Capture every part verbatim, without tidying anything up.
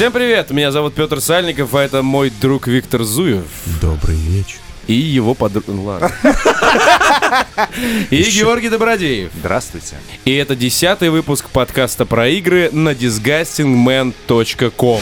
Всем привет, меня зовут Петр Сальников, а это мой друг Виктор Зуев. Добрый вечер. И его подруга... Ну ладно. И Георгий Добродеев. Здравствуйте. И это десятый выпуск подкаста про игры на дисгастинг мэн точка ком.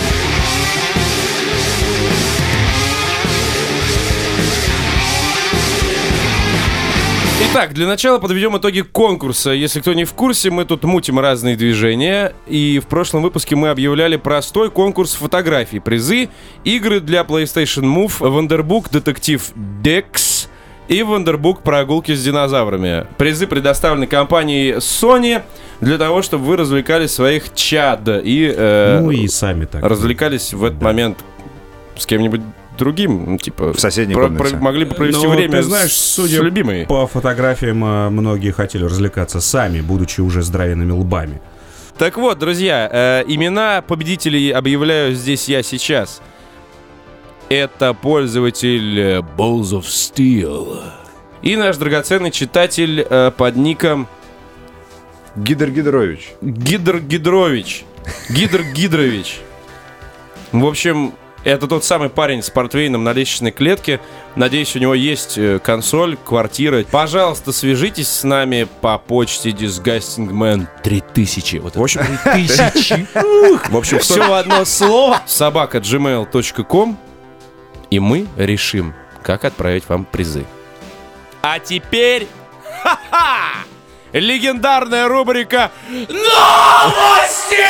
Итак, для начала подведем итоги конкурса. Если кто не в курсе, мы тут мутим разные движения. И в прошлом выпуске мы объявляли простой конкурс фотографий. Призы, игры для PlayStation Move, Wonderbook Detective Dex и Wonderbook Прогулки с динозаврами. Призы предоставлены компанией Sony для того, чтобы вы развлекали своих чад. И, э, ну и сами так. Развлекались в этот да. момент с кем-нибудь другим, ну, типа, в соседней про- комнате. Про- могли бы провести Но, время ты знаешь, с, судя с любимой. По фотографиям, многие хотели развлекаться сами, будучи уже здоровенными лбами. Так вот, друзья, э, имена победителей объявляю здесь я сейчас. Это пользователь Balls of Steel и наш драгоценный читатель э, под ником Гидр Гидрович. Гидр Гидрович. Гидр Гидрович. В общем, это тот самый парень с портвейном на лестничной клетке. Надеюсь, у него есть консоль, квартира. Пожалуйста, свяжитесь с нами по почте disgustingman три тысячи. Вот в общем, три тысячи. В общем, все в одно слово. собака джи мейл точка ком. И мы решим, как отправить вам призы. А теперь... Ха-ха! Легендарная рубрика «Новости!»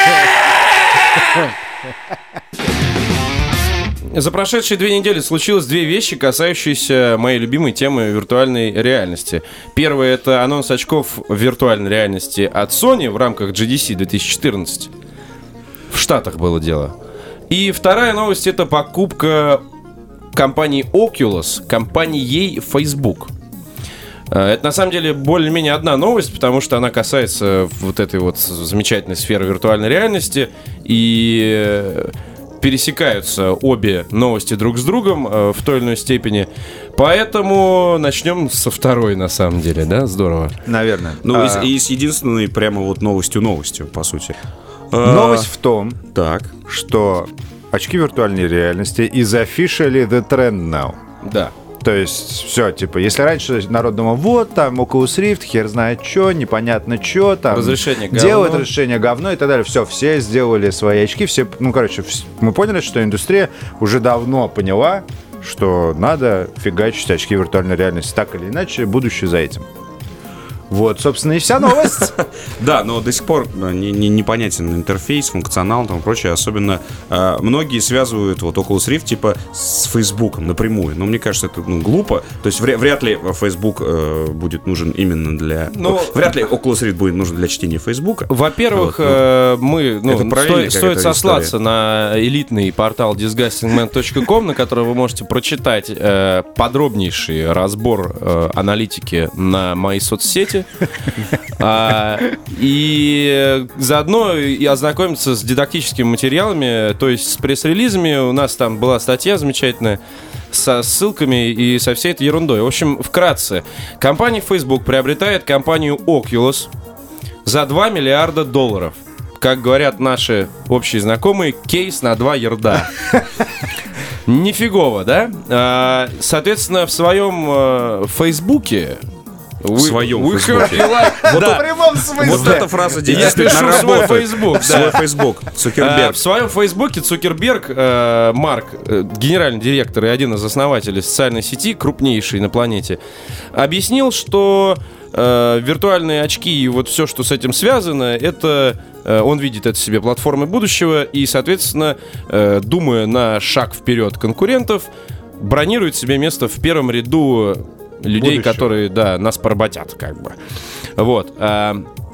За прошедшие две недели случилось две вещи, касающиеся моей любимой темы виртуальной реальности. Первое — это анонс очков виртуальной реальности от Sony в рамках джи ди си две тысячи четырнадцать. В Штатах было дело. И вторая новость — это покупка компании Oculus, компанией Facebook. Это на самом деле более-менее одна новость, потому что она касается вот этой вот замечательной сферы виртуальной реальности. И пересекаются обе новости друг с другом э, в той или иной степени. Поэтому начнем со второй, на самом деле, да? Здорово. Наверное. Ну, а... и, и с единственной прямо вот новостью-новостью, по сути. Новость а... в том, так. что очки виртуальной реальности is officially the trend now. Да. То есть, все, типа, если раньше народ думал, вот, там, Oculus Rift, хер знает что, непонятно что, там... Разрешение говно. Делают разрешение говно и так далее. Все, все сделали свои очки, все... Ну, короче, вс- мы поняли, что индустрия уже давно поняла, что надо фигачить очки виртуальной реальности. Так или иначе, будущее за этим. Вот, собственно, и вся новость. Да, но до сих пор не, не, непонятен интерфейс, функционал и прочее. Особенно э, многие связывают вот Oculus Rift типа с Фейсбуком напрямую. Но мне кажется, это ну, глупо. То есть вряд, вряд ли Facebook э, будет нужен именно для... Но... Вряд ли Oculus Rift будет нужен для чтения Фейсбука. Во-первых, вот, э, мы... Ну, сто, стоит сослаться история. На элитный портал disgustingman точка ком, на котором вы можете прочитать э, подробнейший разбор э, аналитики на мои соцсети. А, и заодно и ознакомиться с дидактическими материалами, то есть с пресс-релизами. У нас там была статья замечательная со ссылками и со всей этой ерундой. В общем, вкратце, компания Facebook приобретает компанию Oculus за два миллиарда долларов. Как говорят наши общие знакомые, кейс на два ярда. Нифигово, да? А, соответственно, в своем Фейсбуке В вы, своем вы Фейсбуке. Вот в прямом смысле. Вот эта фраза Я пишу в свой Фейсбук. Свой Фейсбук. Цукерберг. В своем Фейсбуке Цукерберг, э, Марк, э, генеральный директор и один из основателей социальной сети, крупнейшей на планете, объяснил, что э, виртуальные очки и вот все, что с этим связано, это... Э, он видит это себе платформой будущего и, соответственно, э, думая на шаг вперед конкурентов, бронирует себе место в первом ряду людей, будущего. Которые, да, нас поработят, как бы. Вот. А,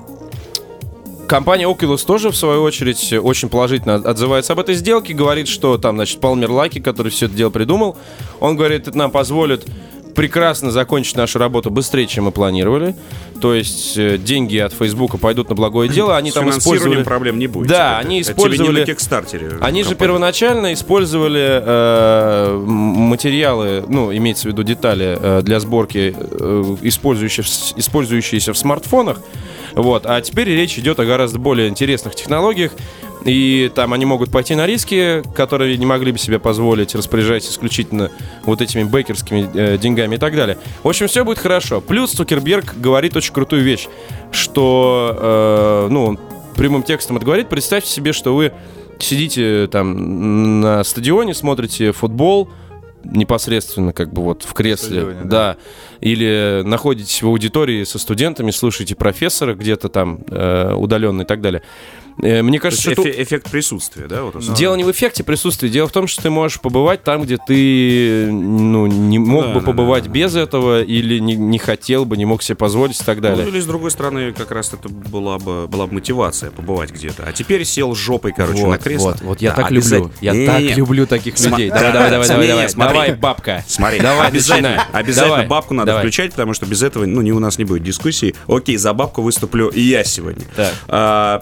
компания Oculus тоже, в свою очередь, очень положительно отзывается об этой сделке. Говорит, что там, значит, Палмер Лаки, который все это дело придумал, он говорит, это нам позволит прекрасно закончить нашу работу быстрее, чем мы планировали. То есть э, деньги от Фейсбука пойдут на благое дело. Они с там использовали... проблем не будет. Да, это, они это использовали... Это тебе не на они же первоначально использовали э, материалы, ну, имеется в виду детали э, для сборки, э, использующиеся, использующиеся в смартфонах. Вот. А теперь речь идет о гораздо более интересных технологиях. и там они могут пойти на риски, которые не могли бы себе позволить, распоряжаясь исключительно вот этими бейкерскими э, деньгами и так далее. В общем, все будет хорошо. Плюс Цукерберг говорит очень крутую вещь, что, э, ну, он прямым текстом это говорит: представьте себе, что вы сидите там на стадионе, смотрите футбол, непосредственно как бы вот в кресле, стадионе, да. да, или находитесь в аудитории со студентами, слушаете профессора где-то там э, удаленно и так далее. Э, мне кажется, То есть что эфе- эффект присутствия, да? Вот, дело не в эффекте присутствия, дело в том, что ты можешь побывать там, где ты, ну, не мог Да, бы да, побывать да. без этого, или не, не хотел бы, не мог себе позволить и так далее. Ну, или с другой стороны, как раз это была бы, была бы мотивация побывать где-то. А теперь сел жопой, короче, Вот, на кресло. вот, вот я Да, так люблю. обязательно. Я Не-не-не. так люблю таких Сма- людей. да, Давай, давай, давай, не, давай, давай. смотри. Давай, бабка. Смотри, Давай, обязательно, начинай. обязательно Давай. бабку надо Давай. включать, потому что без этого, ну, не у нас не будет дискуссии. Окей, за бабку выступлю и я сегодня. Так. А,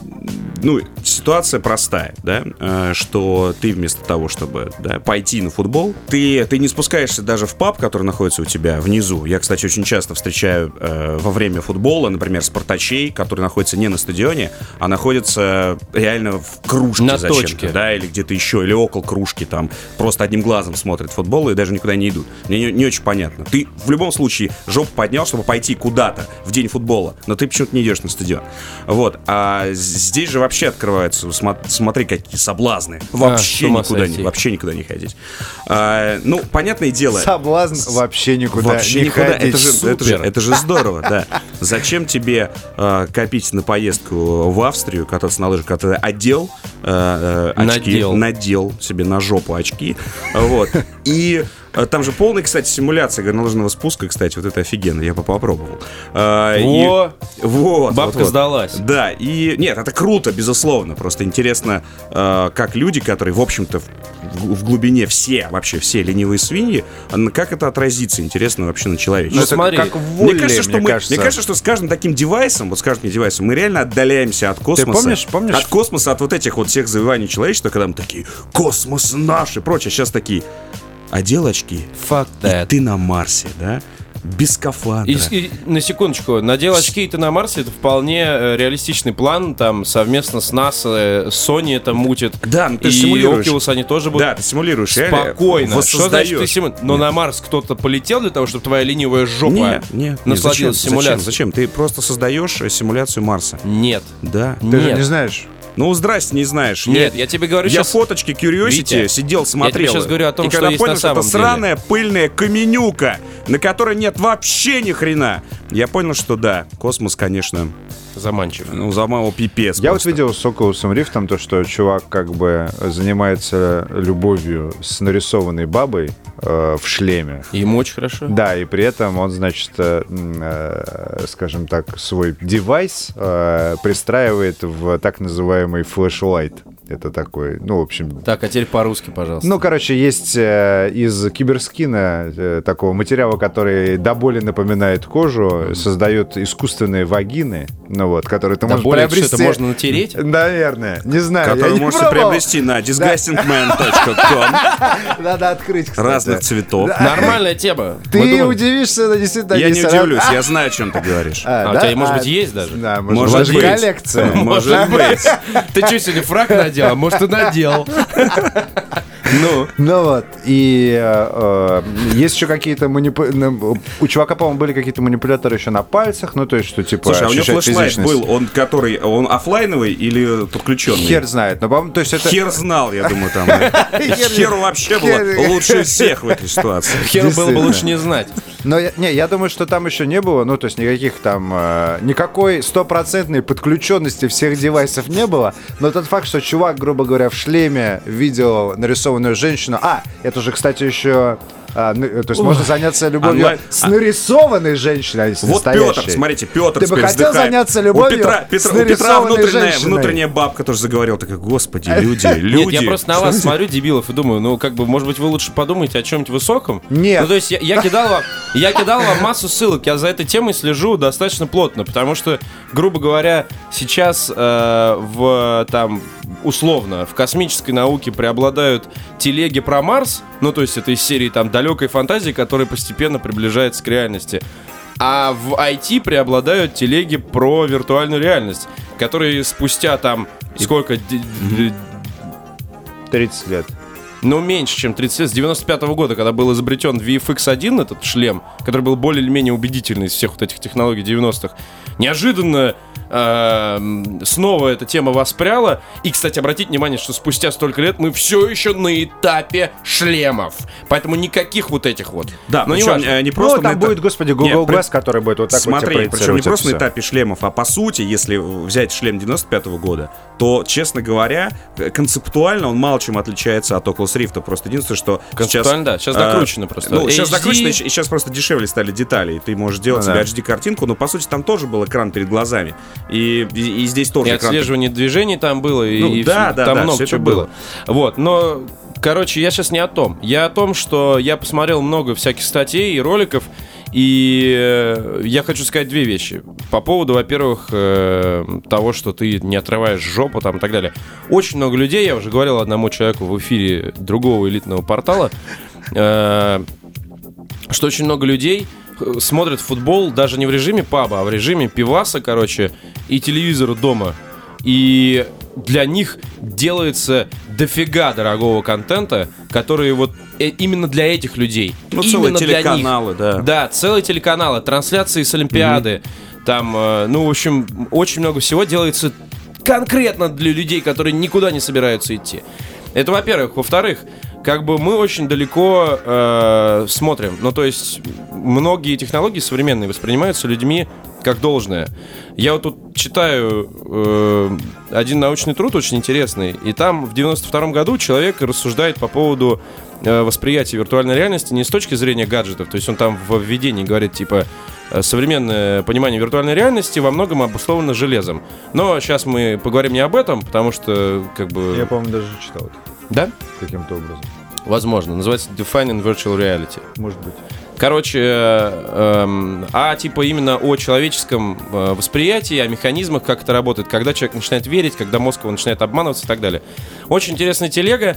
ну, ситуация простая, да, э, что ты вместо того, чтобы, да, пойти на футбол, ты, ты не спускаешься даже в паб, который находится у тебя внизу. Я, кстати, очень часто встречаю э, во время футбола, например, спартачей, которые находятся не на стадионе, а находятся реально в кружке На зачем-то, точке. да, или где-то еще, или около кружки, там, просто одним глазом смотрят футбол и даже никуда не идут. Мне не, не очень понятно. Ты в любом случае жопу поднял, чтобы пойти куда-то в день футбола, но ты почему-то не идешь на стадион. Вот, а здесь же вообще открываются, смо- смотри, какие соблазны. Вообще с ума никуда сойти. не, вообще никуда не ходить. А, ну, понятное дело. Соблазн вообще никуда Вообще не никуда. ходить. Это же, это, же, Супер. это же здорово, да. Зачем тебе э, копить на поездку в Австрию, кататься на лыжах, когда ты одел э, э, очки, Надел. надел себе на жопу очки, вот, и э, там же полная, кстати, симуляция горнолыжного спуска, кстати, вот это офигенно, я бы попробовал. Э, и- Во! вот, Бабка вот, вот. сдалась. Да, и нет, это круто, безусловно. Просто интересно, э, как люди, которые, в общем-то, в, в глубине все, вообще все ленивые свиньи, а на- как это отразится, интересно, вообще на человечестве. Ну, Это смотри, как в Мне Волле, кажется, что мне мы, кажется. мне кажется, что с каждым таким девайсом, вот с каждым девайсом, мы реально отдаляемся от космоса. помнишь- помнишь? От космоса, от вот этих вот всех завоеваний человечества, когда мы такие, космос наш и прочее. Сейчас такие, одел очки, Fuck и that. ты на Марсе, да? Без скафандра. И, и, на секундочку, надел очки, и ты на Марсе, это вполне э, реалистичный план, там совместно с НАСА, э, Sony это мутит. Да, ну ты и симулируешь. Oculus они тоже будут. Да, ты симулируешь. реально Спокойно. Что значит ты воссоздаешь. симу- Но на Марс кто-то полетел для того, чтобы твоя ленивая жопа Нет, нет, нет, насладилась зачем, симуляцией? Зачем, зачем? Ты просто создаешь э, симуляцию Марса. Нет. Да. Ты же Нет. не знаешь. Ну, здрасте, не знаешь. Нет, я тебе говорю Я сейчас... фоточки Curiosity Витя, сидел, смотрел. сейчас говорю о том, и что когда есть понял, на что это самом деле. сраная пыльная каменюка, на которой нет вообще ни хрена, я понял, что да, космос, конечно, Заманчив. ну, за маму пипец. Я просто. вот видел с Oculus Rift там то, что чувак как бы занимается любовью с нарисованной бабой э, в шлеме. И ему очень хорошо. Да, и при этом он, значит, э, э, скажем так, свой девайс э, пристраивает в так называемый флешлайт. Это такой, ну, в общем... Так, а теперь по-русски, пожалуйста. Ну, короче, есть э, из киберскина э, такого материала, который до боли напоминает кожу, создает искусственные вагины, ну вот, которые ты Да можешь более, что приобрести. это можно натереть? Наверное, не знаю. я Который не можете пробовал. приобрести на disgusting man точка com. Надо открыть, кстати. Разных цветов. Нормальная тема. Мы Ты думаем- удивишься, но действительно... Я есть не раз- удивлюсь, я знаю, о чем ты говоришь. А у тебя, может быть, есть даже? Да, может, Может может быть. коллекция. Может быть. Ты что, сегодня фрак надел? А может, и надел? Ну, Ну вот, и э, э, есть еще какие-то манипуляторы... У чувака, по-моему, были какие-то манипуляторы еще на пальцах, ну, то есть, что, типа, Слушай, а у него ощущать флешлайт физичность. был, он который, он оффлайновый или подключенный? Хер знает, но, по-моему, то есть это... Хер знал, я думаю, там. Хер- Херу вообще Хер- было лучше всех в этой ситуации. херу было бы Действительно. лучше не знать. Но, я- не, я думаю, что там еще не было, ну, то есть никаких там... э, никакой стопроцентной подключенности всех девайсов не было, но тот факт, что чувак, грубо говоря, в шлеме видел нарисованную женщину... А, это же, кстати, еще... а, ну, то есть можно заняться любовью онлайн- с нарисованной женщиной, а не с Вот настоящей. Петр, смотрите, Петр Ты бы теперь хотел вздыхает. заняться У любовью Петра, с Петра, у Петра нарисованной внутренняя, женщиной? внутренняя бабка тоже заговорила, такая, господи, люди, люди. Нет, я просто на вас смотрю, дебилов, и думаю, ну, как бы, может быть, вы лучше подумаете о чем-нибудь высоком? Нет. Ну, то есть я, я кидал вам, я кидал вам массу ссылок, я за этой темой слежу достаточно плотно, потому что, грубо говоря, сейчас э, в, там, условно, в космической науке преобладают телеги про Марс, ну, то есть это из серии, там, далекой фантазии, которая постепенно приближается к реальности. А в ай ти преобладают телеги про виртуальную реальность, которые спустя там сколько? тридцать лет. Ну, меньше, чем тридцать лет. С девяносто пятого года, когда был изобретен ви эф икс один, этот шлем, который был более или менее убедительный из всех вот этих технологий девяностых, неожиданно э, снова эта тема воспряла. И, кстати, обратите внимание, что спустя столько лет мы все еще на этапе шлемов. Поэтому никаких вот этих вот. Да, но причем, не, не просто Ну, там это... будет, господи, Google Нет, Glass, который будет вот так Смотри, вот причем не просто на это этапе шлемов, а по сути, если взять шлем девяносто пятого года, то, честно говоря, концептуально он мало чем отличается от Oculus Rift. Просто единственное, что концептуально, да, сейчас докручено просто. Ну, сейчас эйч ди... докручено, и сейчас просто дешевле стали детали, и ты можешь делать Ну, себе да. эйч ди-картинку, но, по сути, там тоже был экран перед глазами. И, и, и здесь тоже И экран... отслеживание движений там было, и, Ну, и да, всё, да, там да, много всё чего это было. было. Вот, но, короче, я сейчас не о том. Я о том, что я посмотрел много всяких статей и роликов, и э, я хочу сказать две вещи. По поводу, во-первых, э, того, что ты не отрываешь жопу там и так далее. Очень много людей, я уже говорил одному человеку в эфире другого элитного портала, э, что очень много людей смотрят футбол даже не в режиме паба, а в режиме пиваса, короче, и телевизора дома. И для них делается дофига дорогого контента, который вот э, именно для этих людей. Ну, именно целые для телеканалы, них. да. Да, целые телеканалы, трансляции с Олимпиады. Mm-hmm. Там, э, ну, в общем, очень много всего делается конкретно для людей, которые никуда не собираются идти. Это, во-первых. Во-вторых, как бы мы очень далеко э, смотрим. Ну, то есть, многие технологии современные воспринимаются людьми как должное. Я вот тут читаю э, один научный труд очень интересный, и там в девяносто втором году человек рассуждает по поводу э, восприятия виртуальной реальности не с точки зрения гаджетов, то есть он там в введении говорит, типа, современное понимание виртуальной реальности во многом обусловлено железом. Но сейчас мы поговорим не об этом, потому что, как бы... Я, по-моему, даже читал это Да? каким-то образом. Возможно. Называется Defining Virtual Reality. Может быть. Короче, эм, а типа именно о человеческом э, восприятии, о механизмах, как это работает, когда человек начинает верить, когда мозг его начинает обманываться и так далее. Очень интересная телега.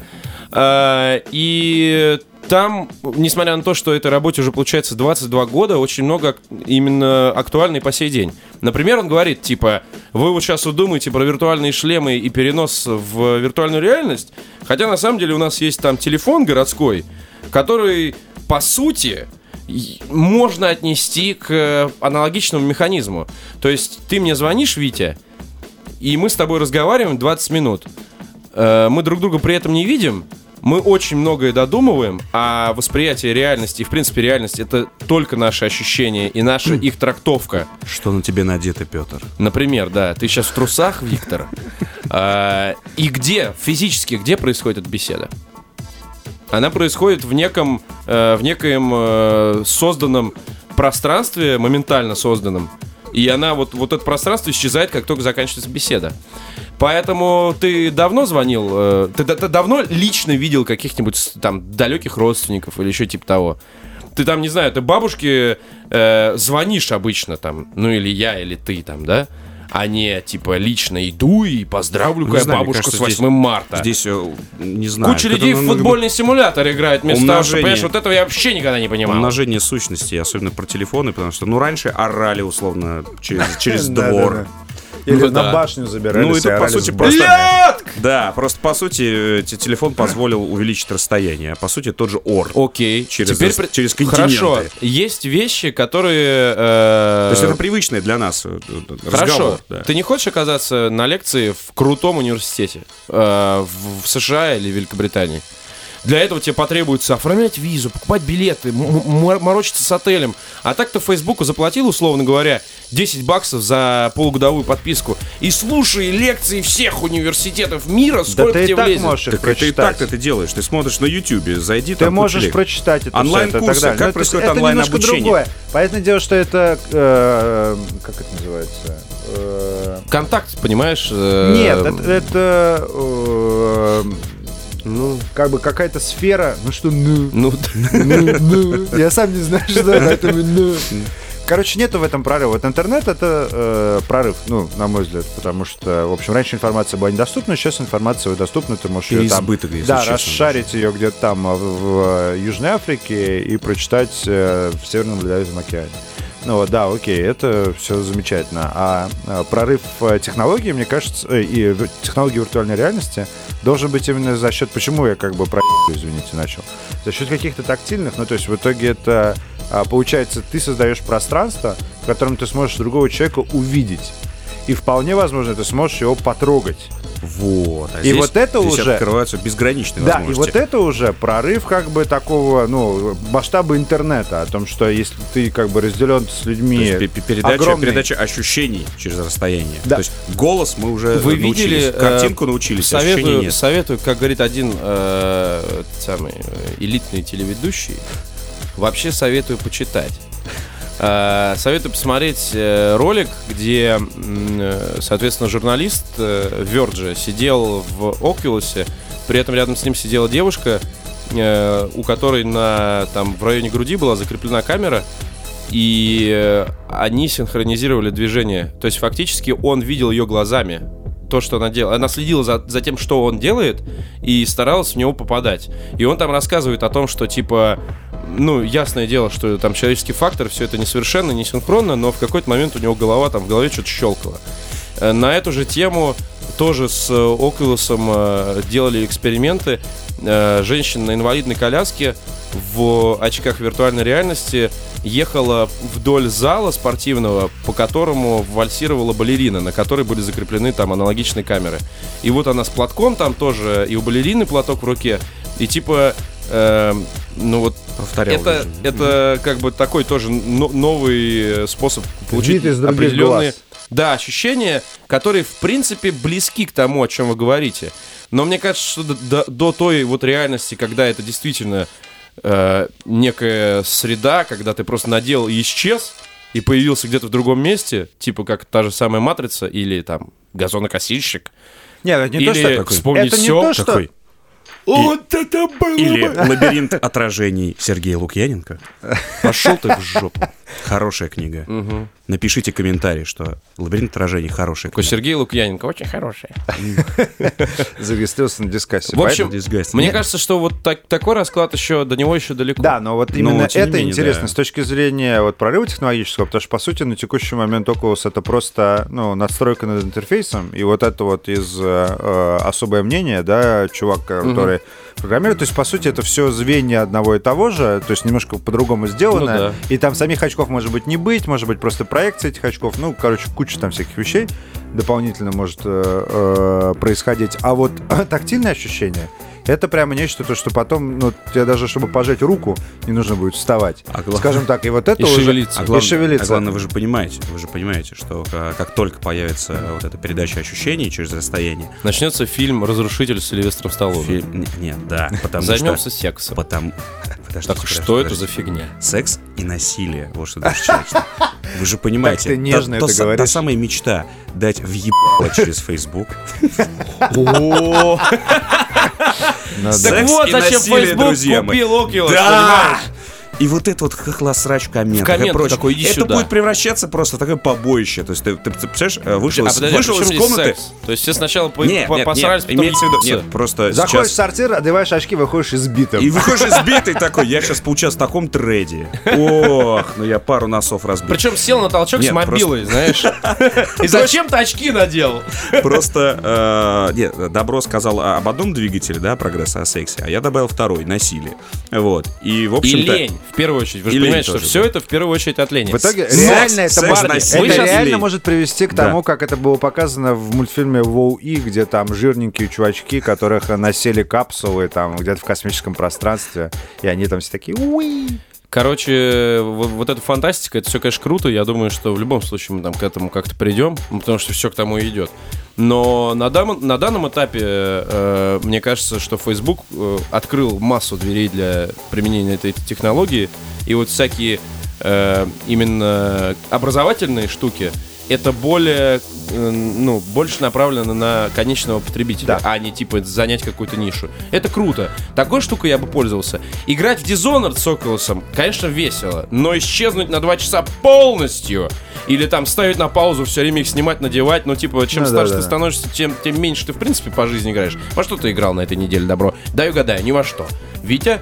Э, и там, несмотря на то, что этой работе уже получается двадцать два года, очень много именно актуальной по сей день. Например, он говорит, типа, вы вот сейчас думаете про виртуальные шлемы и перенос в виртуальную реальность, хотя на самом деле у нас есть там телефон городской, который, по сути, можно отнести к аналогичному механизму. То есть ты мне звонишь, Витя, и мы с тобой разговариваем двадцать минут. Мы друг друга при этом не видим, мы очень многое додумываем, а восприятие реальности и, в принципе, реальность — это только наши ощущения и наша их трактовка. Что на тебе надето, Петр? Например, да, ты сейчас в трусах, Виктор. И где, физически, где происходит эта беседа? Она происходит в неком, в некоем созданном пространстве, моментально созданном. И она, вот, вот это пространство исчезает, как только заканчивается беседа. Поэтому ты давно звонил, э, ты, ты давно лично видел каких-нибудь там далеких родственников или еще типа того? Ты там, не знаю, ты бабушке э, звонишь обычно там, ну или я, или ты там, да? А не, типа, лично иду и поздравлю-ка знаю, бабушку кажется, с восьмым марта. Здесь, не знаю. Куча людей в футбольный симулятор играет вместо того, что, понимаешь, вот этого я вообще никогда не понимал. Умножение сущностей, особенно про телефоны, потому что, ну, раньше орали, условно, через, через двор. Или Ну, на да. башню забирались. Ну, и тут, и по орали сути, с просто... Блядь! Да, просто, по сути, т- телефон позволил увеличить расстояние. А, по сути, тот же ор. Окей. Через, Теперь, ос- через континенты. Хорошо. Есть вещи, которые... э, То есть это привычное для нас э, э, Хорошо. разговор. Да. Ты не хочешь оказаться на лекции в крутом университете э, в, в США или Великобритании? Для этого тебе потребуется оформлять визу, покупать билеты, м- м- морочиться с отелем. А так ты Фейсбуку заплатил, условно говоря, десять баксов за полугодовую подписку. И слушай лекции всех университетов мира, Да сколько ты и тебе так влезет. можешь их Так это и прочитать. так ты делаешь. Ты смотришь на Ютубе, зайди Ты там. можешь куча прочитать это Онлайн-курсы, все, это так далее. как Но это- происходит это немножко онлайн-обучение? другое. Понятное дело, что это... э, как это называется? Э, Контакт, понимаешь? э, Нет, это... это э, ну, как бы какая-то сфера... Ну что, ну... Ну, Ну, ну. Я сам не знаю, что это, ну... Короче, нету в этом прорыва. Вот интернет — это э, прорыв, ну, на мой взгляд, потому что, в общем, раньше информация была недоступна, сейчас информация доступна, ты можешь ее там... Переизбыток, если Да, честно. расшарить ее где-то там в, в Южной Африке и прочитать э, в Северном Ледовитом океане. Ну вот, да, окей, это все замечательно. А, а прорыв технологий, мне кажется, э, и технологии виртуальной реальности должен быть именно за счет... Почему я как бы про извините, начал? За счет каких-то тактильных, ну то есть в итоге это... А, получается, ты создаешь пространство, в котором ты сможешь другого человека увидеть. И вполне возможно, ты сможешь его потрогать. Вот. А и здесь, вот это здесь уже открываются безграничные да, возможности. и вот это уже прорыв как бы такого, ну, масштаба интернета, о том, что если ты как бы разделен с людьми, то есть передача, огромный... передача ощущений через расстояние. Да. То есть голос мы уже Вы научились, видели, картинку э, научились, советую, ощущений нет. советую, как говорит один э, самый э, элитный телеведущий, вообще советую почитать. Э, советую посмотреть э, ролик, где, э, соответственно, журналист э, Verge сидел в Oculus, при этом рядом с ним сидела девушка, э, у которой на, там, в районе груди была закреплена камера, и э, они синхронизировали движение. То есть фактически он видел ее глазами. То, что она делала. Она следила за, за тем, что он делает, и старалась в него попадать. И он там рассказывает о том, что, типа, ну, ясное дело, что там человеческий фактор, все это несовершенно, не синхронно, но в какой-то момент у него голова, там, в голове что-то щелкало. На эту же тему тоже с Oculus делали эксперименты. Женщина на инвалидной коляске в очках виртуальной реальности ехала вдоль зала спортивного, по которому вальсировала балерина, на которой были закреплены там аналогичные камеры. И вот она с платком там тоже, и у балерины платок в руке, и типа, э, ну вот, это, это как бы такой тоже но, новый способ получить определенные... глаз. Да, ощущения, которые, в принципе, близки к тому, о чем вы говорите. Но мне кажется, что до, до, до той вот реальности, когда это действительно э, некая среда, когда ты просто надел и исчез, и появился где-то в другом месте, типа как та же самая «Матрица» или там «Газонокосильщик». Нет, это не или то, что... «Вспомнить это не все». то, что... Такой. Вот это было Или бы! «Лабиринт отражений» Сергея Лукьяненко. Пошел ты в жопу. Хорошая книга. Угу. Напишите комментарий, что «Лабиринт отражений» хорошая Такой книга. Сергей Лукьяненко очень хороший. Зарегистрировался на дискассе. В общем, Disgusting. мне Нет. кажется, что вот так, такой расклад еще, до него еще далеко. Да, но вот Но, именно тем не это менее, интересно да. с точки зрения вот прорыва технологического, потому что, по сути, на текущий момент Oculus это просто, ну, надстройка над интерфейсом, и вот это вот из э, особое мнение, да, чувак, который программирует, то есть, по сути, это все звенья одного и того же, то есть немножко по-другому сделано, Ну да. и там самих очков может быть не быть, может быть просто проекция этих очков, ну, короче, куча там всяких вещей дополнительно может э, э, происходить. А вот тактильное ощущение, это прямо нечто, то, что потом, ну, тебе даже, чтобы пожать руку, не нужно будет вставать. А гла- Скажем так, и вот это И уже... шевелиться. А И главное, шевелиться. а главное, вы же понимаете, вы же понимаете, что э, как только появится вот эта передача ощущений через расстояние, Начнется фильм «Разрушитель» с Сильвестром Сталлоне. фильм... не- Нет, да, потому Займемся что... сексом. Потому... Подождите, Так подождите, что это подождите. за фигня? Секс и насилие. Вот что даже человечество. Вы же понимаете, Так ты нежно та, это та, говоришь. та самая мечта дать въебало через Facebook. О, Ну, Секс да. так вот и зачем насилие, Facebook друзья мои. купил Oculus, Да! понимаешь? И вот это вот хохлосрач в комментах. В комментах и прочее. такой, иди это сюда. будет превращаться просто в такое побоище. То есть ты, ты, ты представляешь, вышел, А из- подожди, а вышел при из чем здесь комнаты. секс? То есть все сначала по- Нет, по- нет, посрались, нет, потом имеется в виду, ебутся? нет, просто Заходишь в сейчас... сортир, одеваешь очки, выходишь избитым. И выходишь избитый такой, я сейчас поучаствую в таком треде. Ох, ну я пару носов разбил. Причем сел на толчок Нет, с мобилой, знаешь. И зачем ты очки надел? Просто, э, нет, Добро сказал о- об одном двигателе, да, прогресса о сексе, а я добавил второй, насилие. Вот. И, в И общем-то... лень, в первую очередь. Вы же И лень понимаете, что тоже, все да. это в первую очередь от лени. В итоге Секс, реально это, секс, может, насилие. это Вы реально щас- может привести к Да. тому, как это было показано в мультфильме Воу-И, где там жирненькие чувачки, которых носили капсулы там где-то в космическом пространстве, и они там все такие уи. Короче, вот, вот эта фантастика, это все, конечно, круто. Я думаю, что в любом случае мы там к этому как-то придем, ну, потому что все к тому и идет. Но на, дам- на данном этапе, э, мне кажется, что Facebook э, открыл массу дверей для применения этой технологии. И вот всякие э, именно образовательные штуки, это более, э, ну, больше направлено на конечного потребителя, Да. а не типа занять какую-то нишу. Это круто. Такой штукой я бы пользовался. Играть в Dishonored с Oculus, конечно, весело, но исчезнуть на два часа полностью или там ставить на паузу, все время их снимать, надевать, ну, типа, чем Ну, старше да, ты да. становишься, тем, тем меньше ты, в принципе, по жизни играешь. Во что ты играл на этой неделе, Добро? Дай угадаю, ни во что. Витя?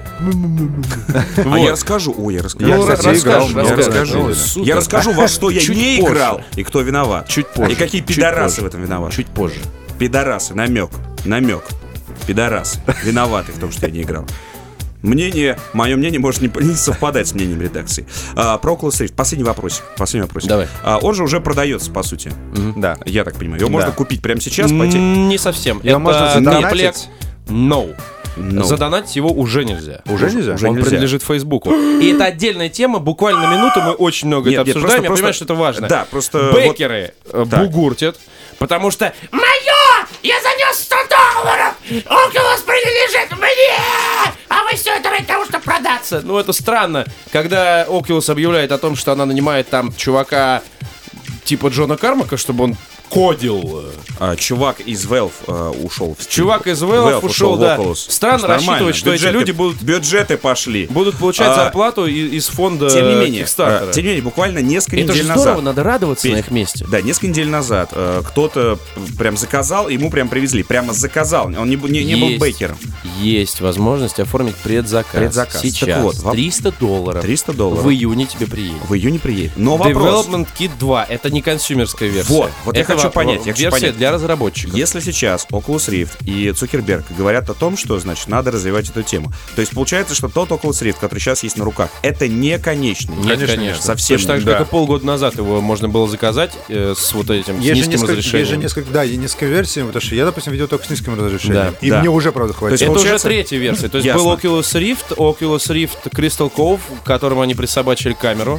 А я расскажу. Ой, я расскажу. Я, кстати, расскажешь, играл. Я расскажешь. расскажу. Ой, супер. Я расскажу, во что я Чуть не позже. играл и кто виноват. Чуть позже. И какие Чуть пидорасы позже. в этом виноваты. Чуть позже. Пидорасы, намек, намек. Пидорасы. Виноваты в том, что я не играл. Мнение, мое мнение может не, не совпадать с мнением редакции. А, про Oculus Rift. Последний вопросик. Последний вопросик. Давай. А, он же уже продается, по сути. Да. Я так понимаю. Его Да. можно купить прямо сейчас, пойти. М, Не совсем. Его Это можно задонатить? комплект. No. No. Задонатить его уже нельзя. Уже нельзя? уже Он нельзя. принадлежит Фейсбуку. И это отдельная тема. Буквально на минуту мы очень много Нет, это нет, обсуждаем. просто- Я просто- понимаю, что это важно. Да, просто Бэкеры э, Так. бугуртят, потому что Мое! Я занес сто долларов! Oculus принадлежит мне! А вы все это ради того, чтобы продаться! ну это странно, когда Oculus объявляет о том, что она нанимает там чувака типа Джона Кармака, чтобы он кодил. А, чувак из Valve а, ушел. в Steam. Чувак из Valve ушел, в да. Oculus. Странно То есть нормально. рассчитывать, что эти Бюджеты- люди будут- Бюджеты пошли. Будут получать А, зарплату и- из фонда Тем не менее, Kickstarter. а, тем не менее, буквально несколько Это же недель здорово, назад. надо радоваться Петь, на их месте. Да, несколько недель назад э, кто-то прям заказал, ему прям привезли. Прямо заказал. Он не, бу- не, не был Есть. бэкером. Есть возможность оформить предзаказ. Предзаказ. Сейчас. Так вот, воп- триста долларов. триста долларов. В июне тебе приедет. В июне приедет. Но вопрос. Development Kit два. Это не консюмерская версия. Вот, вот я Это хочу во- понять, я хочу версия понять. для разработчиков. Если сейчас Oculus Rift и Цукерберг говорят о том, что, значит, надо развивать эту тему, то есть получается, что тот Oculus Rift, который сейчас есть на руках, это не конечный. Нет, конечно. конечно. Совсем Точно так же, да. как и полгода назад его можно было заказать э, с вот этим, с Есть же, низким несколько, разрешением. есть же несколько, да, и несколько версий, потому что я, допустим, видел только с низким разрешением. Да. И Да. мне уже, правда, хватит. То есть Это получается- уже третья версия. То есть Ясно. был Oculus Rift, Oculus Rift Crystal Cove, к которому они присобачили камеру,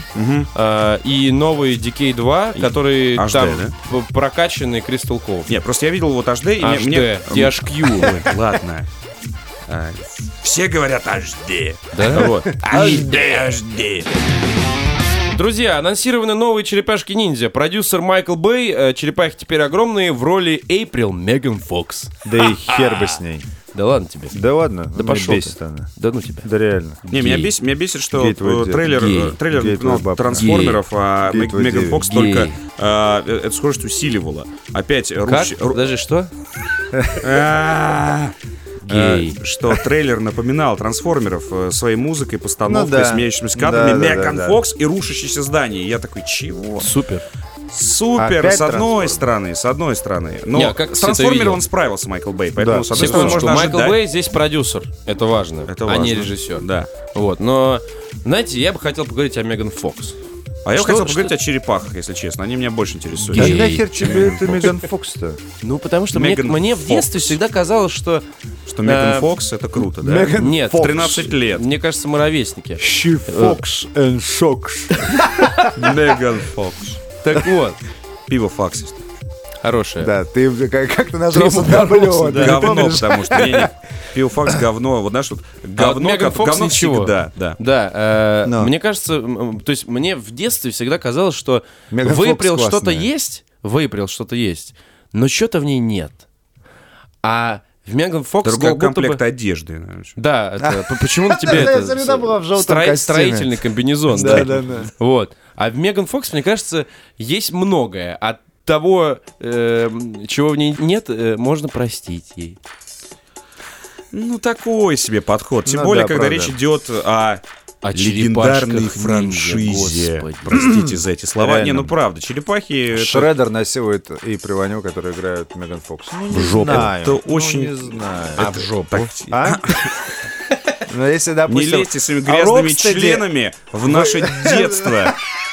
э, и новый ди кей два, который эйч ди, там да? п- прокачанный Crystal Cove. Нет, просто я видел вот эйч ди, и мне- эйч ди, мне... ди эйч кью. Ой, ладно. А, Все говорят эйч ди. Да? Вот. эйч ди, эйч ди. Друзья, анонсированы новые черепашки-ниндзя. Продюсер Майкл Бэй, э, черепахи теперь огромные, в роли Эйприл Меган Фокс. Да и хер бы с ней. Да ладно тебе. Да ладно, Да меня пошел бесит ты. она. Да ну тебя. Да реально. Не, меня Гей. бесит, меня бесит, что Гей твой э, дед. трейлер, Гей. э, трейлер Гей ну, твоя бабка. трансформеров, а Гей Мег- твой Меган девять. Фокс Гей. только э, эту скорость усиливала. Опять Как? руч- ру- Подожди, что? А, Гей. э, что трейлер напоминал трансформеров э, своей музыкой, постановкой, Ну да. смеющимися кадрами, Да, да, Меган да, да. Фокс и рушащееся здание. И я такой, чего? Супер. Супер, Опять с одной трансформер. стороны, с одной стороны. Но Не, а как с ты это трансформером видел? он справился, Майкл Бэй. Поэтому, Да. с одной стороны, Секундочку, можно Майкл ожидать. Бэй здесь продюсер. Это важно. Это а важно. не режиссер. Да. Вот, но, знаете, я бы хотел поговорить о Меган Фокс. А я Что- хотел что- поговорить о черепахах, если честно. Они меня больше интересуют. А Гей. нахер тебе это Меган Фокс-то? Ну, потому что мне, Меган мне в Фокс. детстве всегда казалось, что... Что Меган Э, Фокс это круто, да? Меган Нет, Фокс. тринадцать лет. Мне кажется, мы ровесники. She Fox and Shocks. Меган Фокс. Так вот, Пиво Факсис. хорошая. Да, ты как, как ты назвал ему W, боролся, да, да. Говно, помнишь? потому что не, не. Пиво Факс говно. Вот знаешь, вот говно, Меган как- Фокс говно ничего. всегда, да. Да, э, Но. мне кажется, м, м, то есть мне в детстве всегда казалось, что Меган в Эйприл Фокс что-то классная. есть, в Эйприл что-то есть, но что-то в ней нет. А в Меган Фокс Другого как будто комплекта бы... одежды. наверное. Да, это, п- почему на тебе Я это... всегда была в желтом стро- костюме. Строительный комбинезон, Да, да. да, да. Вот. А в Меган Фокс, мне кажется, есть многое. От того, э, чего в ней нет, э, можно простить ей. Ну, такой себе подход. Тем Ну более, да, когда правда. речь идет о О легендарной черепашках франшизе. ниндзя, господи. Простите за эти слова. Реально. Не, ну правда, черепахи... это- Шреддер насилует и Приваню, которые играют Меган Фокс. Ну, не В жопу. знаю. Это ну, очень- не знаю. А в жопу? Так, А? Но если, Не допустим... лезьте своими грязными Рокстеди- членами в наше детство.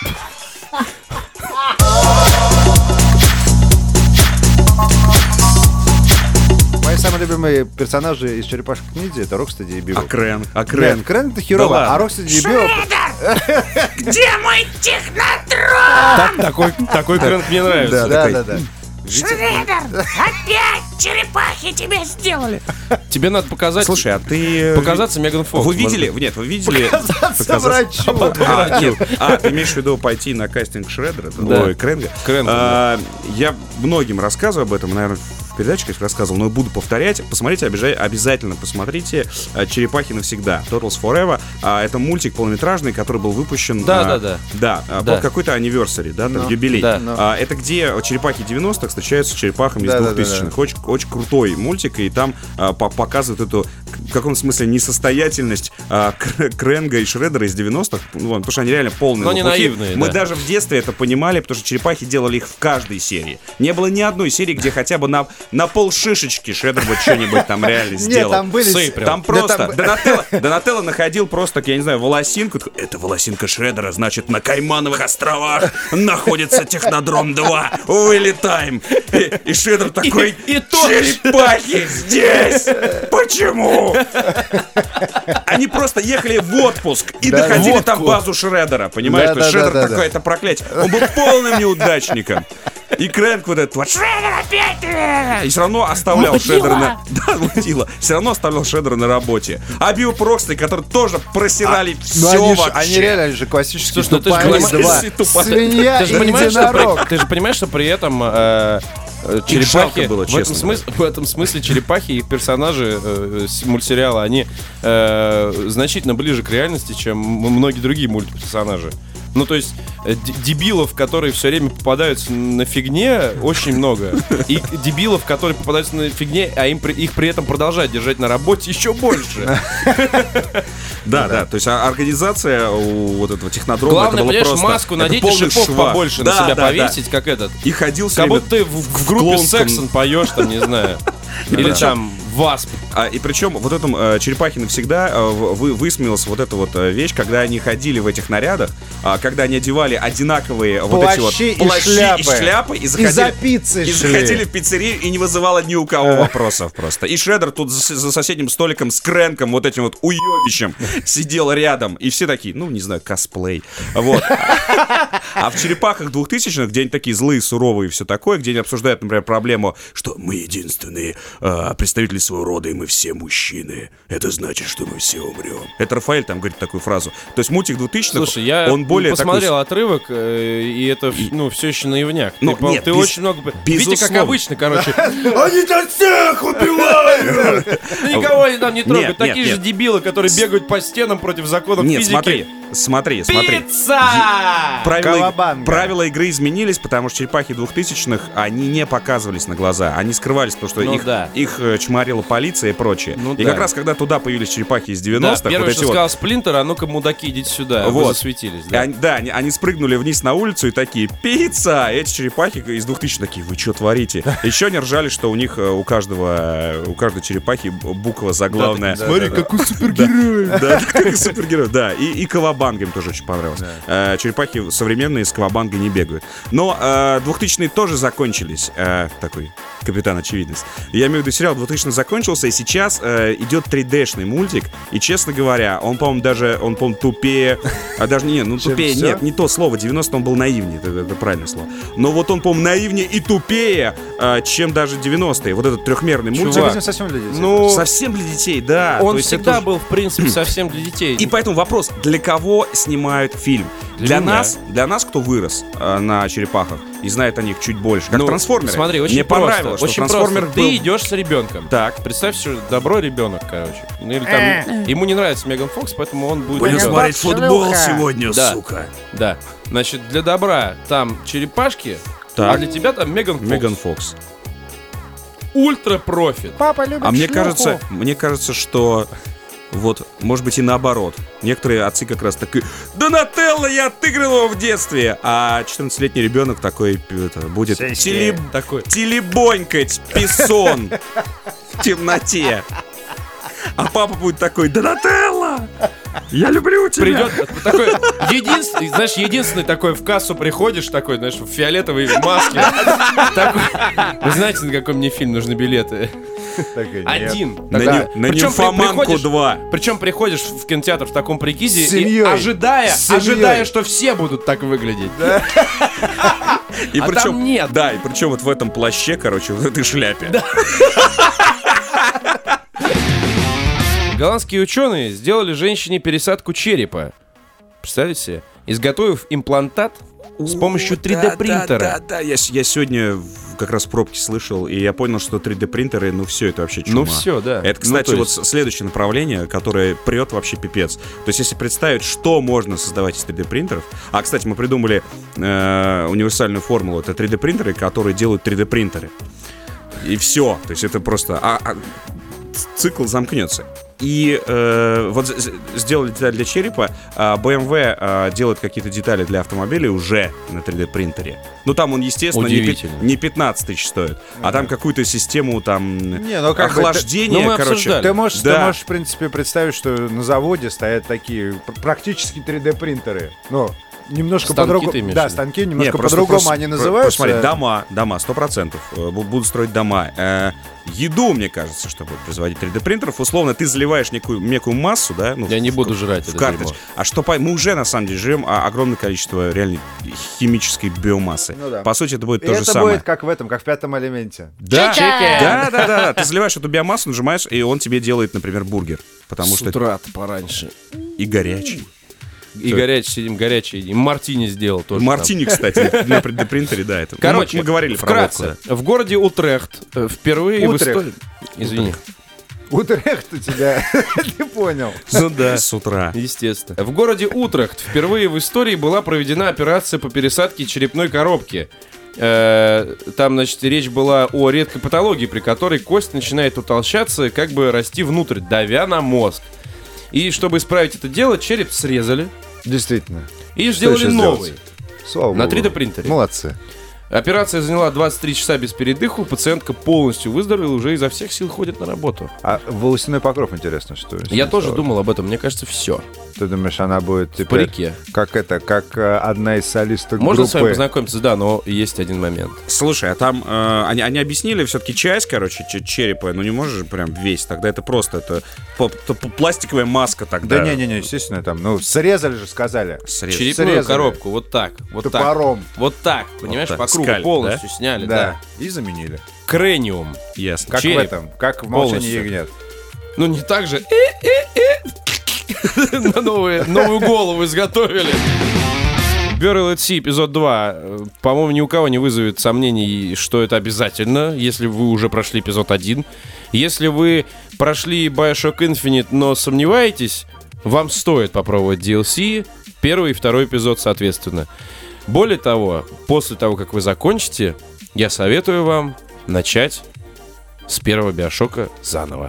Мои самые любимые персонажи из черепашек ниндзя это Рокстеди и А Бибоп. Крен? А Нет, Крен? Крен это херово, Да ладно. а Рокстеди и Бибоп... Где мой технотрон? Так, такой, такой крэнк мне нравится. Да, такой- да, да. Шреддер, опять черепахи тебе сделали. Тебе надо показать, Слушай, а ты... показаться Меган Фокс. Вы видели? Нет, вы видели... Показаться врачу. А, нет. А, ты имеешь в виду пойти на кастинг Шреддера? Да. Ой, Кренга? Кренга, А, Я многим рассказываю об этом, наверное, в передаче, конечно, рассказывал, но буду повторять. Посмотрите, обяза- обязательно посмотрите а, «Черепахи навсегда», Turtles Forever. А, Это мультик полнометражный, который был выпущен... Да, а, да, да. Да, а, Да. под какой-то anniversary, да, там, Ну, юбилей. да. Ну. А, Это где черепахи девяностых встречаются с черепахами из Да, да, да, двухтысячных. Очень, очень крутой мультик, и там а, по- показывают эту каком смысле несостоятельность а, Крэнга и Шреддера из девяностых, ну, потому что они реально полные. Но они лопухи. наивные, Мы да. даже в детстве это понимали, потому что черепахи делали их в каждой серии. Не было ни одной серии, где хотя бы на, на пол шишечки Шреддер бы что-нибудь там реально сделал. Нет, там были... Сэй прям. Там Да, просто там- Донателло, Донателло находил просто, я не знаю, волосинку. Такой, это волосинка Шреддера, значит, на Каймановых островах находится Технодром два. Вылетаем. И, и Шреддер такой, И- и тоже. черепахи здесь! Почему? Они просто ехали в отпуск и Да, доходили водку. там базу Шреддера, понимаешь? Да, То есть да, да, Шреддер да, такой, да. это проклятие. Он был полным неудачником. И Крэнк вот этот вот Шреддер опять! э, и все равно оставлял Мудила. Шреддера на... Да, мудила. Все равно оставлял Шреддера на работе. А Биопроксты, которые тоже просирали Ну, все они, ж- вообще. они реально они же классические Слушай, ну ты ж тупорылые классический два. тупорылый. Свинья Ты и же, понимаешь, что при, единорог. ты же понимаешь, что при этом э, э, Их черепахи жалко было, в, этом честно смысле, в этом смысле черепахи и их персонажи э, с мультсериала, они э, значительно ближе к реальности, чем м- многие другие мультперсонажи. Ну, то есть, э, д- дебилов, которые все время попадаются на фигне, очень много. И дебилов, которые попадаются на фигне, а им при- их при этом продолжают держать на работе, еще больше. Да, да, то есть а, организация у вот этого технодрома, Главное, это было понимаешь, просто... маску это надеть и полный шипов швах. побольше Да, на себя да, повесить, как этот. да. И ходил все Как время будто ты в, в группе клоунском. Сексон поешь, там, не знаю. Или Да. там Васп. А, и причем вот этом э, черепахи навсегда э, вы, высмеялась вот эта вот э, вещь, когда они ходили в этих нарядах, а, когда они одевали одинаковые вот эти вот Плащи и плащи шляпы. и шляпы и И заходили, за пиццей и шли. заходили в пиццерию и не вызывало ни у кого вопросов просто. И Шреддер тут за, за соседним столиком с Крэнком, вот этим вот уебищем, сидел рядом. И все такие, ну, не знаю, косплей. Вот. А в черепахах двухтысячных, где они такие злые, суровые и все такое, где они обсуждают, например, проблему, что мы единственные э, представители своего рода, и мы все мужчины. Это значит, что мы все умрем. Это Рафаэль там говорит такую фразу. То есть мультик двухтысячных, Слушай, я он более посмотрел отрывок, э, и это, в- ну, все еще наивняк. Ну, ты, по- нет, ты без- очень много... Видите, как безусловно. обычно, короче. Они там всех убивают! Никого они там не трогают. Нет, Такие нет, же нет. дебилы, которые бегают по стенам против законов Нет, физики. смотри, смотри, смотри. Пицца! Правила, Кавабанга. правила игры изменились, потому что черепахи двухтысячных, они не показывались на глаза. Они скрывались, потому что Ну их, да. их э, чморила полиция и прочее. Ну и да. как раз, когда туда появились черепахи из Да, девяностых, первое, вот эти что вот... сказал Сплинтер, а ну-ка, мудаки, идите сюда. Вы Вот. засветились, И да. они- да, они, они спрыгнули вниз на улицу и такие, пицца! И эти черепахи из двухтысячных такие, вы что творите? Еще они ржали, что у них, э, у каждого, э, у каждой черепахи буква заглавная. Смотри, какой супергерой! Да, как и супергерой, да. И, и Кавабанга им тоже очень понравилось. Э, черепахи современные с Кавабангой не бегают. Но э, двухтысячные тоже закончились. Э, такой капитан очевидность. Я имею в виду, сериал двухтысячных закончился, и сейчас э, идет три дэ-шный мультик. И, честно говоря, он, по-моему, даже, он, по-моему, тупее... А даже не, ну Чем тупее, всё? нет, не то слово. девяностые он был наивнее, это, это правильное слово. Но вот он, по-моему, наивнее и тупее, э, чем даже девяностые. Вот этот трехмерный мультик. Чувак. Видимо, совсем для детей. Ну, Совсем для детей, да. он То есть это всегда уже- был, в принципе, совсем для детей. И поэтому вопрос, для кого снимают фильм? Для Для, меня. нас, для нас, кто вырос э, на черепахах и знает о них чуть больше, как Ну, трансформеры. Смотри, очень Мне просто. понравилось, что очень трансформер просто. был... Ты идешь с ребенком. Так. Представь, что добро ребенок, короче. Ну, или там ему не нравится Меган Фокс, поэтому он будет. Будем ребенок. смотреть футбол сегодня, Да. Да. Значит, для добра там черепашки, Так. а для тебя там Меган Фокс. Меган Фокс. Ультра профит. Папа любит А мне шлюху. кажется, мне кажется, что вот, может быть, и наоборот. Некоторые отцы как раз такие, Донателло, я отыгрывал его в детстве. А четырнадцатилетний ребенок такой это, будет Сиськи. теле- Такой. телебонькать писон в темноте. А папа будет такой, Донателло, я люблю тебя. Придет такой единственный, знаешь, единственный такой в кассу приходишь, такой, знаешь, в фиолетовой маске. Такой, вы знаете, на какой мне фильм нужны билеты? Так и нет. Один. На, Тогда- ним- на причем при- нимфоманку приходишь- два. Причем приходишь в кинотеатр в таком прикиде С и семьей. ожидая, С семьей. ожидая, что все будут так выглядеть. И А причем, там нет. Да, и причем вот в этом плаще, короче, в этой шляпе. Голландские ученые сделали женщине пересадку черепа. Представляете себе? Изготовив имплантат с помощью три дэ принтера. Да, да, да, я, с- я сегодня в- как раз в пробке слышал, и я понял, что три дэ принтеры, ну все, это вообще чума. Ну все, да. Это, Ну, кстати, то вот есть- с- следующее направление, которое прет вообще пипец. То есть, если представить, что можно создавать из три дэ принтеров. А, кстати, мы придумали э, универсальную формулу. Это три дэ принтеры, которые делают три дэ принтеры. И все. То есть это просто... а- а- цикл замкнется. И э, вот з- сделали деталь для черепа, а бэ эм вэ а, делает какие-то детали для автомобилей уже на три дэ принтере. Ну там он, естественно, не, пи- Удивительно. не пятнадцать тысяч стоит, а там какую-то систему там Не, ну, как бы охлаждения, ты- ну, мы короче. обсуждали. Ты можешь, Да. ты можешь, в принципе, представить, что на заводе стоят такие пр- практически три дэ принтеры. Ну, немножко Станки по-другому. ты имеешь в Да, виду? станки Не, немножко просто- по-другому просто- они про- называются. Посмотри, дома, дома, сто процентов будут строить дома. Э, еду, мне кажется, чтобы производить три дэ принтеров, условно, ты заливаешь некую, некую массу, да? Ну, Я в- не в- буду жрать в это картридж. дерьмо. А что по- мы уже, на самом деле, жрем а, огромное количество реальной химической биомассы. Ну да. По сути, это будет И то же это самое. будет как в этом, как в пятом элементе. Да, Chicken! да, да, да, да. Ты заливаешь эту биомассу, нажимаешь, и он тебе делает, например, бургер. Потому С что это утра-то пораньше. и горячий. И горячий сидим, горячий едим. Мартини сделал тоже. Мартини, кстати, на три дэ принтере, да, это. Ну, Короче, мы, мы говорили про вкратце. водку, да. В городе Утрехт э, впервые Утрехт. в истории... Извини. Утрехт у тебя, ты понял. Ну да. С утра. Естественно. В городе Утрехт впервые в истории была проведена операция по пересадке черепной коробки. Э, Там, значит, речь была о редкой патологии, при которой кость начинает утолщаться и как бы расти внутрь, давя на мозг. И чтобы исправить это дело, череп срезали Действительно. и Что сделали еще новый. сделать? Слава На богу. три дэ принтере. Молодцы. Операция заняла двадцать три часа без передыху. Пациентка полностью выздоровела, уже изо всех сил ходит на работу. А волосяной покров, интересно, что? с Я ним тоже стало? думал об этом. Мне кажется, все. Ты думаешь, она будет теперь... парике. Как это, как э, одна из солисток Можно с вами группы... познакомиться, да, но есть один момент. Слушай, а там э, они, они объяснили все-таки часть, короче, ч- черепа, ну не можешь же прям весь, тогда это просто это по- то- по- пластиковая маска тогда. Да не-не-не, естественно, там, ну, срезали же, сказали. Срез. Черепную Срезали. коробку, вот так, вот так. Топором. Вот так, понимаешь, так, по кругу скаль, полностью сняли, да. Да. И заменили. Крениум. Ясно. Как Череп. в этом, как в «Молчании Полностью. ягнят». Ну не так же. На новую новую голову изготовили. Burial at Sea, эпизод два. Э, По-моему, ни у кого не вызовет сомнений, что это обязательно, если вы уже прошли эпизод один. Если вы прошли Bioshock Infinite, но сомневаетесь, вам стоит попробовать ди эл си, первый и второй эпизод соответственно. Более того, после того, как вы закончите, я советую вам начать с первого Биошока заново.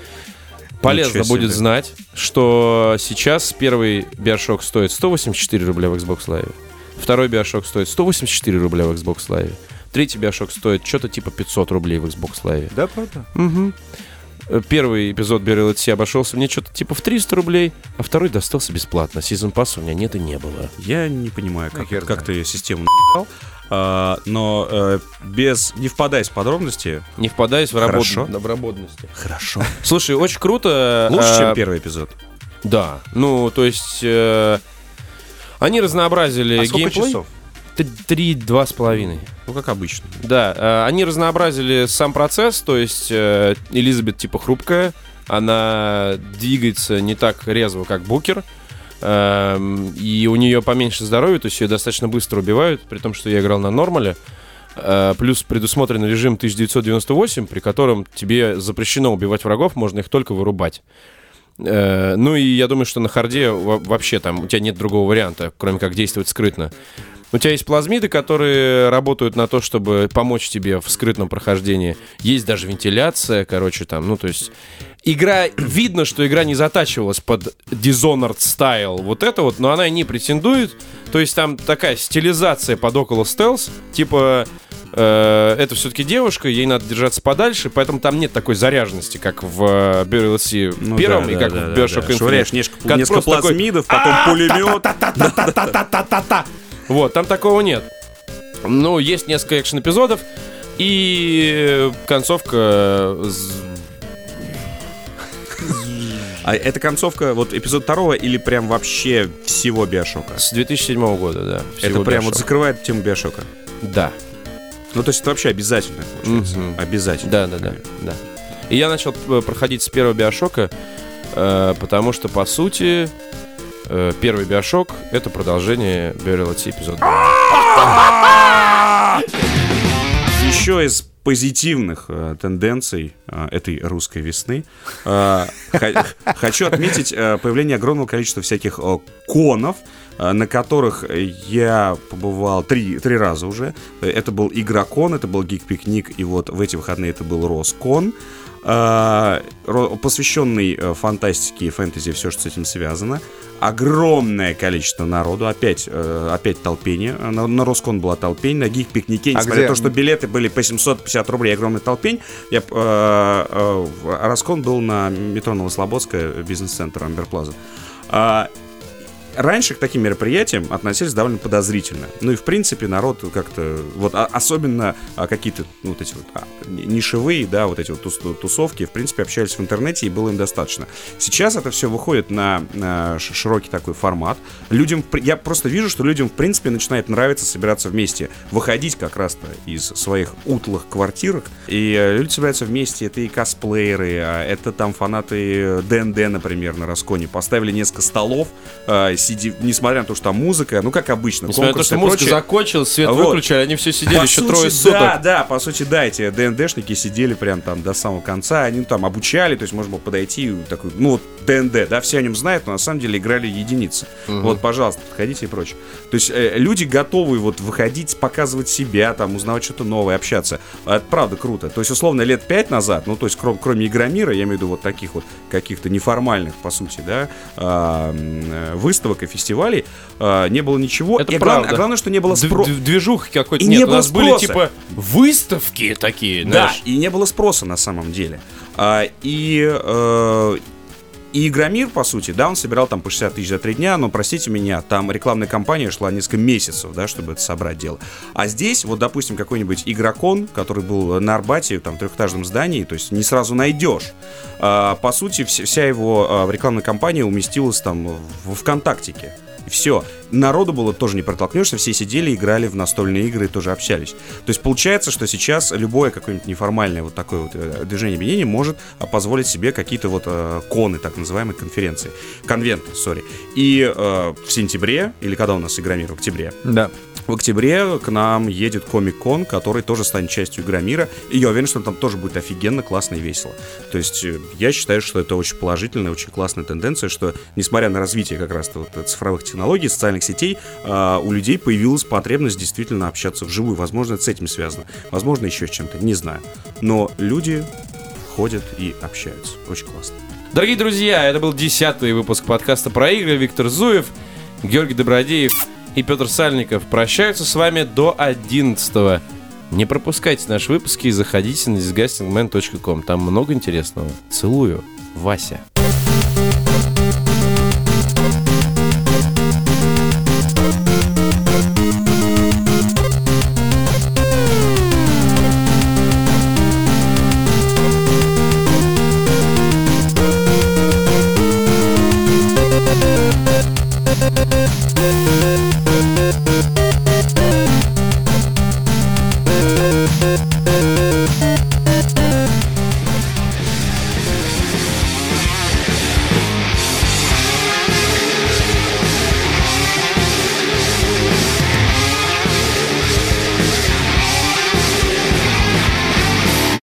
Полезно Ничего будет себе. знать, что сейчас первый Биошок стоит сто восемьдесят четыре рубля в Xbox Live. Второй Биошок стоит сто восемьдесят четыре рубля в Xbox Live. Третий Биошок стоит что-то типа пятьсот рублей в Xbox Live. Да, правда? Мгм. Э, Первый эпизод Burial at Sea обошелся мне что-то типа в триста рублей, а второй достался бесплатно. Сезон пасса у меня нет и не было. Я не понимаю, как, хер как знает. ты систему на***ал, а, но э, без не впадаясь в подробности. Не впадаясь в, Хорошо. работ... в работности. Хорошо. Слушай, очень круто. Лучше, э, чем первый эпизод. Да. Ну, то есть э, они разнообразили А сколько геймплей. часов? Т- Три, два с половиной. Ну, как обычно. Да, э, они разнообразили сам процесс, то есть э, Элизабет типа хрупкая, она двигается не так резво, как Букер, эм, и у нее поменьше здоровья, то есть ее достаточно быстро убивают, при том, что я играл на нормале. Э, плюс предусмотрен режим тысяча девятьсот девяносто восемь, при котором тебе запрещено убивать врагов, можно их только вырубать. Э, ну и я думаю, что на харде во- вообще там у тебя нет другого варианта, кроме как действовать скрытно. У тебя есть плазмиды, которые работают на то, чтобы помочь тебе в скрытном прохождении. Есть даже вентиляция, короче, там, ну, то есть... Игра, видно, что игра не затачивалась под Dishonored Style, вот это вот, но она и не претендует. То есть там такая стилизация под около стелс, типа... э, это все-таки девушка, ей надо держаться подальше, поэтому там нет такой заряженности, как в э, Burial at Sea Ну первом да, и да, как да, в да, Bioshock да. Infinite. Швыряешь несколько, Как несколько просто такой, плазмидов, потом пулемет. Вот, там такого нет. Ну, есть несколько экшен-эпизодов, и концовка... з- А это концовка вот эпизод второго или прям вообще всего Биошока? С две тысячи седьмого года, да. Это всего прям вот Bioshock. закрывает тему Биошока. Да. Ну, то есть это вообще обязательно, получается. Мгм. Обязательно. Да, да, да, да. И я начал э, проходить с первого Биошока, э, потому что, по сути, э, первый Биошок — это продолжение Burial at Sea эпизода два. Еще из позитивных э, тенденций э, этой русской весны э, х- хочу отметить э, появление огромного количества всяких э, конов, э, на которых я побывал три, три раза уже. Это был Игрокон, это был Гик-пикник, и вот в эти выходные это был Роскон, э, посвященный э, фантастике и фэнтези, все, что с этим связано. Огромное количество народу, опять, э, опять толпение. На, на Роскон была толпень, на Гик-пикнике, А несмотря где? на то, что билеты были по семьсот пятьдесят рублей, огромная толпень. Я, э, э, Роскон был на метро Новослободская, бизнес-центр Амберплаза. А, раньше к таким мероприятиям относились довольно подозрительно. Ну и в принципе народ как-то, вот а, особенно а, какие-то ну, вот эти вот а, нишевые, да, вот эти вот тус- тусовки, в принципе, общались в интернете и было им достаточно. Сейчас это все выходит на, на широкий такой формат. Людям, я просто вижу, что людям в принципе начинает нравиться собираться вместе, выходить как раз-то из своих утлых квартирок. И э, люди собираются вместе, это и косплееры, а это там фанаты ДНД, например, на Росконе. Поставили несколько столов, э, сиди, несмотря на то, что там музыка, ну, как обычно, Несмотря на то, конкурсы что и музыка прочее. закончилась, свет Вот. выключили, они все сидели По еще сути, трое суток. Да, да, по сути, да, эти ДНДшники сидели прям там до самого конца, они там обучали, то есть можно было подойти, такой, ну, вот ДНД, да, все о нем знают, но на самом деле играли единицы. Угу. Вот, пожалуйста, подходите и прочее. То есть э, люди готовы вот выходить, показывать себя, там, узнавать что-то новое, общаться. Это правда круто. То есть, условно, лет пять назад, ну, то есть, кроме, кроме Игромира, я имею в виду вот таких вот каких-то неформальных, по сути, да, э, выставок и фестивалей, э, не было ничего. Это и правда. главное, главное, что не было спроса. Движухи какой-то И нет. не У было нас были спроса. типа выставки такие, Да, знаешь. и не было спроса на самом деле. А, и, э, и Игромир, по сути, да, он собирал там по шестьдесят тысяч за три дня, но, простите меня, там рекламная кампания шла несколько месяцев, да, чтобы это собрать дело. А здесь, вот, допустим, какой-нибудь Игрокон, который был на Арбате, там, в трехэтажном здании, то есть не сразу найдешь. А, по сути, вся, вся его а, рекламная кампания уместилась там в ВКонтактике. И все. Народу было тоже не протолкнешься, все сидели, играли в настольные игры и тоже общались. То есть получается, что сейчас любое какое-нибудь неформальное вот такое вот э, движение объединения может а, позволить себе какие-то вот э, коны, так называемые конференции, конвенты, сори. И э, в сентябре, или когда у нас Игромир, в октябре, Да. в октябре к нам едет Комик-кон, который тоже станет частью Игромира. И я уверен, что там тоже будет офигенно, классно и весело. То есть э, я считаю, что это очень положительная, очень классная тенденция, что несмотря на развитие как раз вот цифровых технологий, социальных сетей, э, у людей появилась потребность действительно общаться вживую. Возможно, это с этим связано. Возможно, еще с чем-то, не знаю. Но люди ходят и общаются. Очень классно. Дорогие друзья, это был десятый выпуск подкаста про игры. Виктор Зуев, Георгий Добродеев и Петр Сальников прощаются с вами до одиннадцатого. Не пропускайте наши выпуски и заходите на disgusting man точка com. Там много интересного. Целую. Вася. We'll be right back.